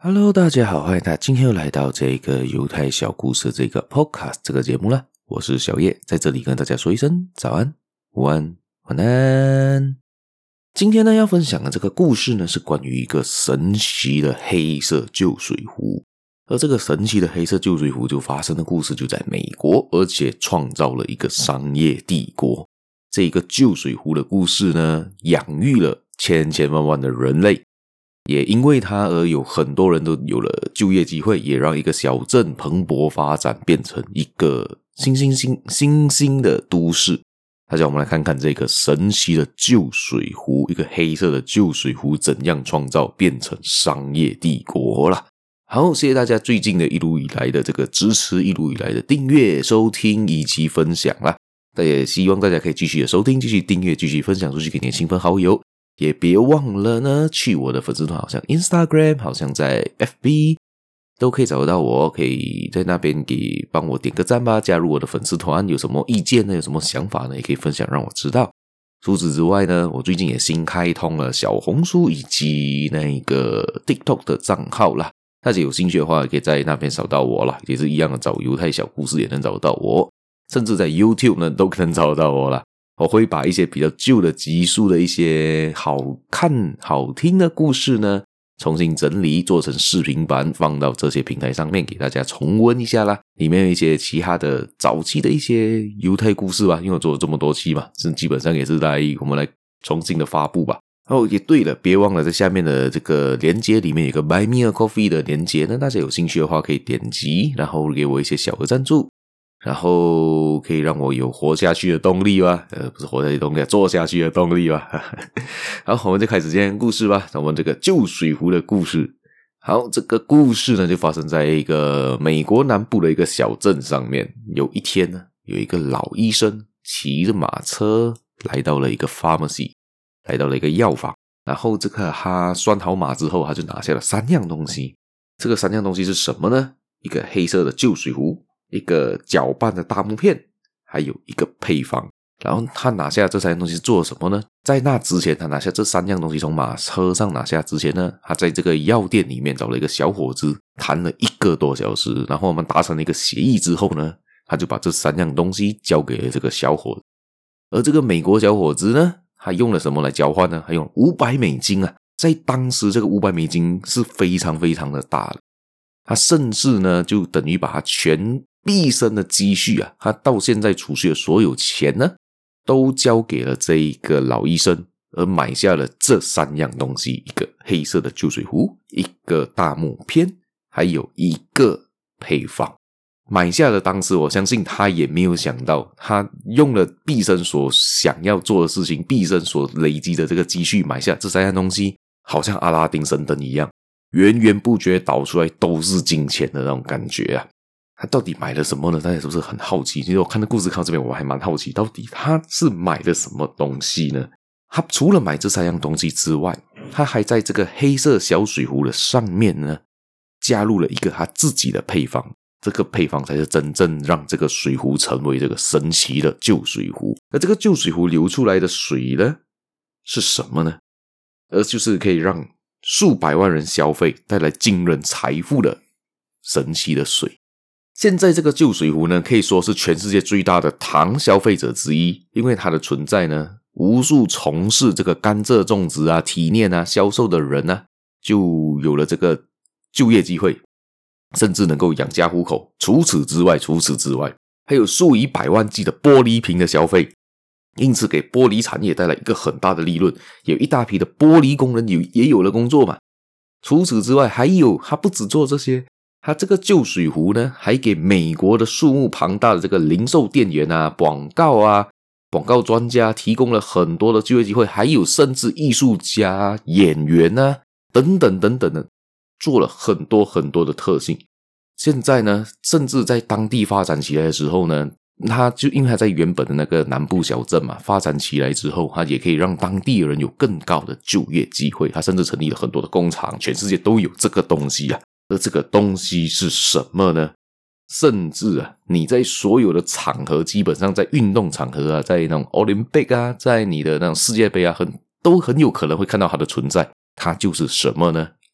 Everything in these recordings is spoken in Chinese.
Hello， 大家好，欢迎大家今天又来到这个犹太小故事这个 podcast 这个节目啦。我是小叶，在这里跟大家说一声早安、午安、晚安。今天呢要分享的这个故事呢是关于一个神奇的黑色旧水壶，而这个神奇的黑色旧水壶就发生的故事就在美国，而且创造了一个商业帝国。这个旧水壶的故事呢养育了千千万万的人类，也因为它而有很多人都有了就业机会，也让一个小镇蓬勃发展，变成一个新兴的都市。大家我们来看看这个神奇的旧水壶，一个黑色的旧水壶怎样创造变成商业帝国啦。好，谢谢大家最近的一路以来的这个支持，一路以来的订阅、收听以及分享啦。但也希望大家可以继续的收听，继续订阅，继续分享出去给你的亲朋好友。也别忘了呢，去我的粉丝团，好像 Instagram， 好像在 FB 都可以找得到我，可以在那边帮我点个赞吧，加入我的粉丝团。有什么意见呢？有什么想法呢？也可以分享让我知道。除此之外呢，我最近也新开通了小红书以及那个 TikTok 的账号啦。大家有兴趣的话，也可以在那边找到我啦，也是一样的，找犹太小故事也能找到我，甚至在 YouTube 呢都可能找得到我啦。我会把一些比较旧的集数的一些好看好听的故事呢重新整理做成视频版，放到这些平台上面给大家重温一下啦。里面有一些其他的早期的一些犹太故事吧，因为我做了这么多期嘛，基本上也是我们来重新的发布吧。哦，也对了，别忘了在下面的这个连结里面有个 Buy Me a Coffee 的连结呢，大家有兴趣的话可以点击，然后给我一些小额赞助，然后可以让我有活下去的动力吧，不是活下去的动力，做下去的动力吧。好，我们就开始今天的故事吧，我们这个旧水壶的故事。好，这个故事呢就发生在一个美国南部的一个小镇上面。有一天呢，有一个老医生骑着马车来到了一个 pharmacy， 来到了一个药房，然后这个他拴好马之后，他就拿下了3样东西。这个3样东西是什么呢？一个黑色的旧水壶，一个搅拌的大木片，还有一个配方。然后他拿下这3样东西做了什么呢？在那之前，他拿下这3样东西从马车上拿下之前呢，他在这个药店里面找了一个小伙子谈了1个多小时，然后我们达成了一个协议之后呢，他就把这3样东西交给了这个小伙子。而这个美国小伙子呢，他用了什么来交换呢？他用$500啊，在当时这个$500是非常非常的大的。他甚至呢就等于把他全毕生的积蓄啊，他到现在储蓄的所有钱呢都交给了这一个老医生，而买下了这3样东西，一个黑色的旧水壶，一个大木片，还有一个配方。买下的当时我相信他也没有想到，他用了毕生所想要做的事情，毕生所累积的这个积蓄买下这3样东西，好像阿拉丁神灯一样，源源不绝导出来都是金钱的那种感觉啊！他到底买了什么呢？大家是不是很好奇？其实我看的故事看到这边，我还蛮好奇，到底他是买了什么东西呢？他除了买这3样东西之外，他还在这个黑色小水壶的上面呢，加入了一个他自己的配方。这个配方才是真正让这个水壶成为这个神奇的旧水壶。而这个旧水壶流出来的水呢，是什么呢？而就是可以让数百万人消费，带来惊人财富的神奇的水。现在这个旧水壶呢，可以说是全世界最大的糖消费者之一，因为它的存在呢，无数从事这个甘蔗种植啊、提炼啊、销售的人呢，就有了这个就业机会，甚至能够养家糊口。除此之外，还有数以百万计的玻璃瓶的消费，因此给玻璃产业带来一个很大的利润，有一大批的玻璃工人也有了工作嘛。除此之外，还有他不只做这些，他这个旧水壶呢，还给美国的数目庞大的这个零售店员啊、广告专家提供了很多的就业机会，还有甚至艺术家、演员啊等等的，做了很多很多的特性。现在呢，甚至在当地发展起来的时候呢，他就因为他在原本的那个南部小镇嘛，发展起来之后，他也可以让当地人有更高的就业机会。他甚至成立了很多的工厂，全世界都有这个东西啊。而这个东西是什么呢？甚至啊，你在所有的场合，基本上在运动场合啊，在那种 Olympic 啊，在你的那种世界杯啊，都很有可能会看到它的存在。它就是什么呢？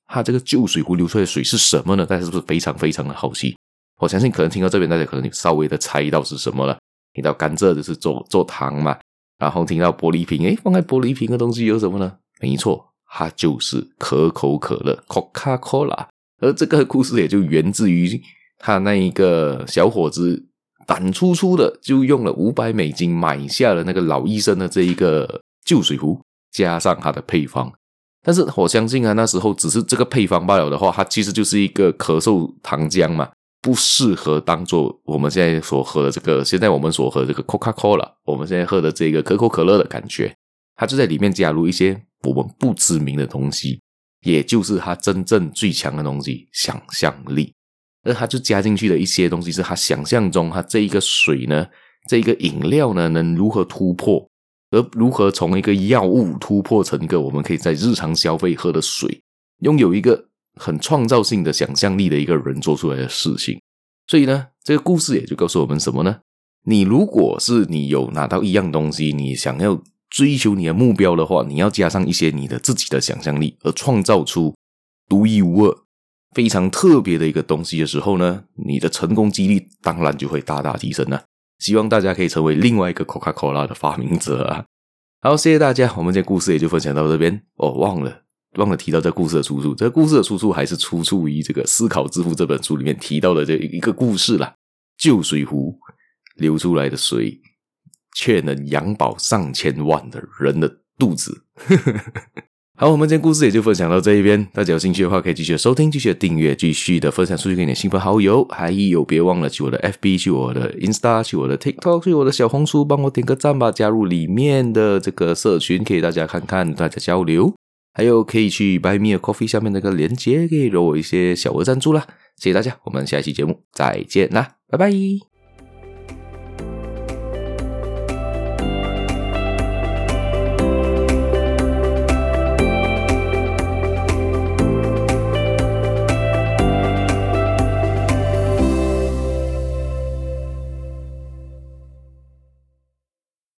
它这个旧水壶流出来的水是什么呢？大家是不是非常非常的好奇？我相信可能听到这边，大家可能稍微的猜到是什么了。听到甘蔗就是做糖嘛，然后听到玻璃瓶，放在玻璃瓶的东西有什么呢？没错，它就是可口可乐 Coca-Cola。 而这个故事也就源自于他那一个小伙子胆粗粗的就用了$500买下了那个老医生的这一个旧水壶，加上他的配方。但是我相信啊，那时候只是这个配方罢了的话，它其实就是一个咳嗽糖浆嘛，不适合当做我们现在所喝的现在我们所喝的这个 Coca-Cola， 我们现在喝的这个可口可乐的感觉。它就在里面加入一些我们不知名的东西，也就是它真正最强的东西，想象力。而它就加进去的一些东西是他想象中它这一个水呢，这一个饮料呢能如何突破，而如何从一个药物突破成一个我们可以在日常消费喝的水，拥有一个很创造性的想象力的一个人做出来的事情。所以呢，这个故事也就告诉我们什么呢？你如果是你有拿到一样东西，你想要追求你的目标的话，你要加上一些你的自己的想象力，而创造出独一无二非常特别的一个东西的时候呢，你的成功几率当然就会大大提升了。希望大家可以成为另外一个 Coca-Cola 的发明者啊！好，谢谢大家，我们这故事也就分享到这边。忘了提到这故事的出处，这故事的出处还是出处于这个《思考致富》这本书里面提到的这一个故事啦。旧水壶流出来的水却能养饱上千万的人的肚子。好，我们今天故事也就分享到这一边，大家有兴趣的话可以继续的收听，继续的订阅，继续的分享出去给你的亲朋好友，还有别忘了去我的 FB， 去我的 Insta， 去我的 TikTok， 去我的小红书，帮我点个赞吧，加入里面的这个社群，可以大家看看，大家交流，还有可以去 Buy Me a Coffee 下面那个连结，可以给我一些小额赞助啦，谢谢大家，我们下一期节目再见啦，拜拜。